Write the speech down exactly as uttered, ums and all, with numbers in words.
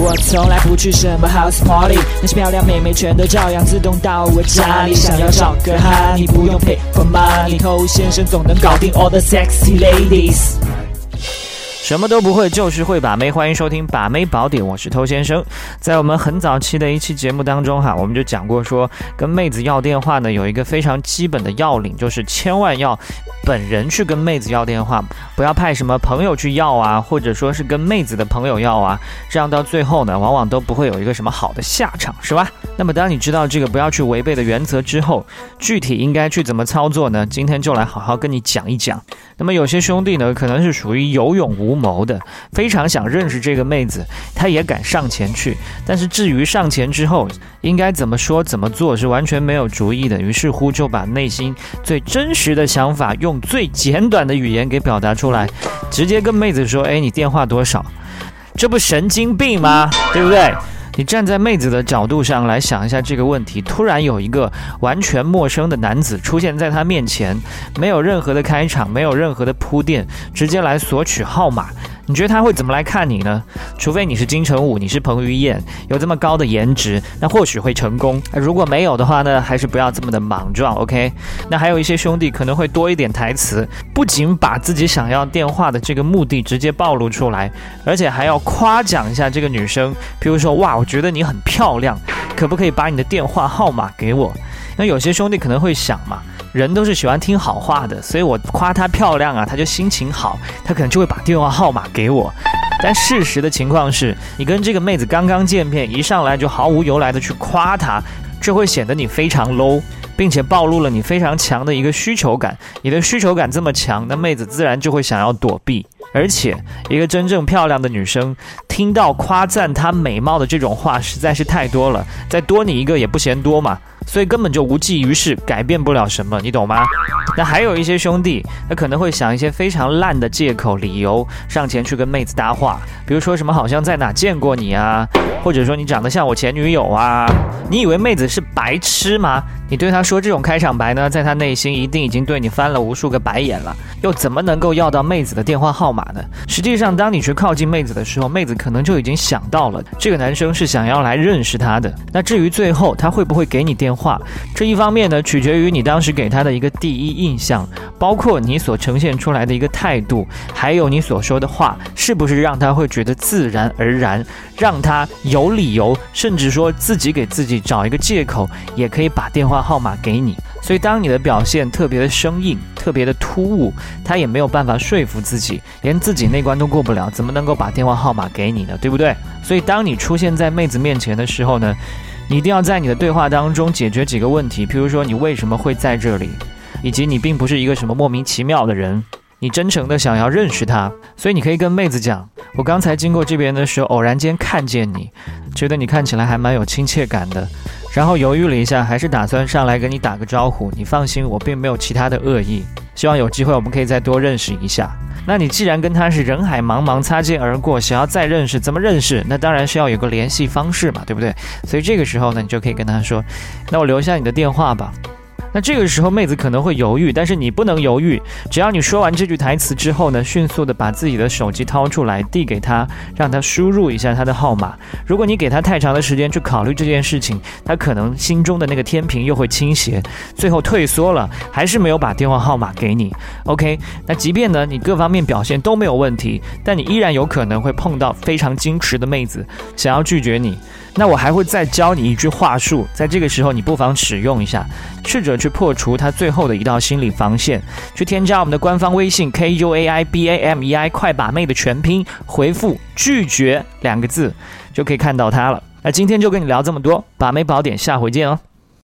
我从来不去什么 house party， 那些漂亮妹妹全都照样自动到我家里。想要找个哈，你不用 pay for money， 偷先生总能搞定 all the sexy ladies。 什么都不会，就是会把妹。欢迎收听把妹宝典，我是偷先生。在我们很早期的一期节目当中哈，我们就讲过说，跟妹子要电话呢，有一个非常基本的要领，就是千万要本人去跟妹子要电话，不要派什么朋友去要啊，或者说是跟妹子的朋友要啊，这样到最后呢，往往都不会有一个什么好的下场，是吧？那么当你知道这个不要去违背的原则之后，具体应该去怎么操作呢？今天就来好好跟你讲一讲。那么有些兄弟呢，可能是属于有勇无谋的，非常想认识这个妹子，他也敢上前去，但是至于上前之后应该怎么说怎么做是完全没有主意的，于是乎就把内心最真实的想法用最简短的语言给表达出来，直接跟妹子说，哎，你电话多少？这不神经病吗？对不对？你站在妹子的角度上来想一下这个问题，突然有一个完全陌生的男子出现在她面前，没有任何的开场，没有任何的铺垫，直接来索取号码，你觉得他会怎么来看你呢？除非你是金城武，你是彭于晏，有这么高的颜值，那或许会成功。如果没有的话呢，还是不要这么的莽撞 OK。 那还有一些兄弟可能会多一点台词，不仅把自己想要电话的这个目的直接暴露出来，而且还要夸奖一下这个女生，比如说，哇，我觉得你很漂亮，可不可以把你的电话号码给我？那有些兄弟可能会想嘛，人都是喜欢听好话的，所以我夸她漂亮啊，她就心情好，她可能就会把电话号码给我。但事实的情况是，你跟这个妹子刚刚见面，一上来就毫无由来的去夸她，这会显得你非常 low， 并且暴露了你非常强的一个需求感。你的需求感这么强，那妹子自然就会想要躲避。而且一个真正漂亮的女生听到夸赞她美貌的这种话实在是太多了，再多你一个也不嫌多嘛，所以根本就无济于事，改变不了什么，你懂吗？那还有一些兄弟，他可能会想一些非常烂的借口理由上前去跟妹子搭话，比如说什么好像在哪见过你啊，或者说你长得像我前女友啊。你以为妹子是白痴吗？你对她说这种开场白呢，在她内心一定已经对你翻了无数个白眼了，又怎么能够要到妹子的电话号码呢？实际上当你去靠近妹子的时候，妹子可能就已经想到了这个男生是想要来认识她的。那至于最后他会不会给你电话，这一方面呢，取决于你当时给他的一个第一印象，包括你所呈现出来的一个态度，还有你所说的话是不是让他会觉得自然而然，让他有理由，甚至说自己给自己找一个借口，也可以把电话号码给你。所以当你的表现特别的生硬，特别的突兀，他也没有办法说服自己，连自己那关都过不了，怎么能够把电话号码给你呢？对不对？所以当你出现在妹子面前的时候呢，你一定要在你的对话当中解决几个问题，譬如说你为什么会在这里，以及你并不是一个什么莫名其妙的人，你真诚的想要认识她。所以你可以跟妹子讲，我刚才经过这边的时候偶然间看见你，觉得你看起来还蛮有亲切感的，然后犹豫了一下，还是打算上来跟你打个招呼。你放心，我并没有其他的恶意，希望有机会我们可以再多认识一下。那你既然跟他是人海茫茫擦肩而过，想要再认识，怎么认识？那当然是要有个联系方式嘛，对不对？所以这个时候呢，你就可以跟他说，那我留下你的电话吧。那这个时候妹子可能会犹豫，但是你不能犹豫，只要你说完这句台词之后呢，迅速的把自己的手机掏出来递给她，让她输入一下她的号码。如果你给她太长的时间去考虑这件事情，她可能心中的那个天平又会倾斜，最后退缩了，还是没有把电话号码给你。 OK， 那即便呢你各方面表现都没有问题，但你依然有可能会碰到非常矜持的妹子想要拒绝你。那我还会再教你一句话术，在这个时候你不妨使用一下，试着去破除他最后的一道心理防线。去添加我们的官方微信 K U A I B A M E I 快把妹的全拼，回复拒绝两个字就可以看到他了。那今天就跟你聊这么多，把妹宝典下回见哦。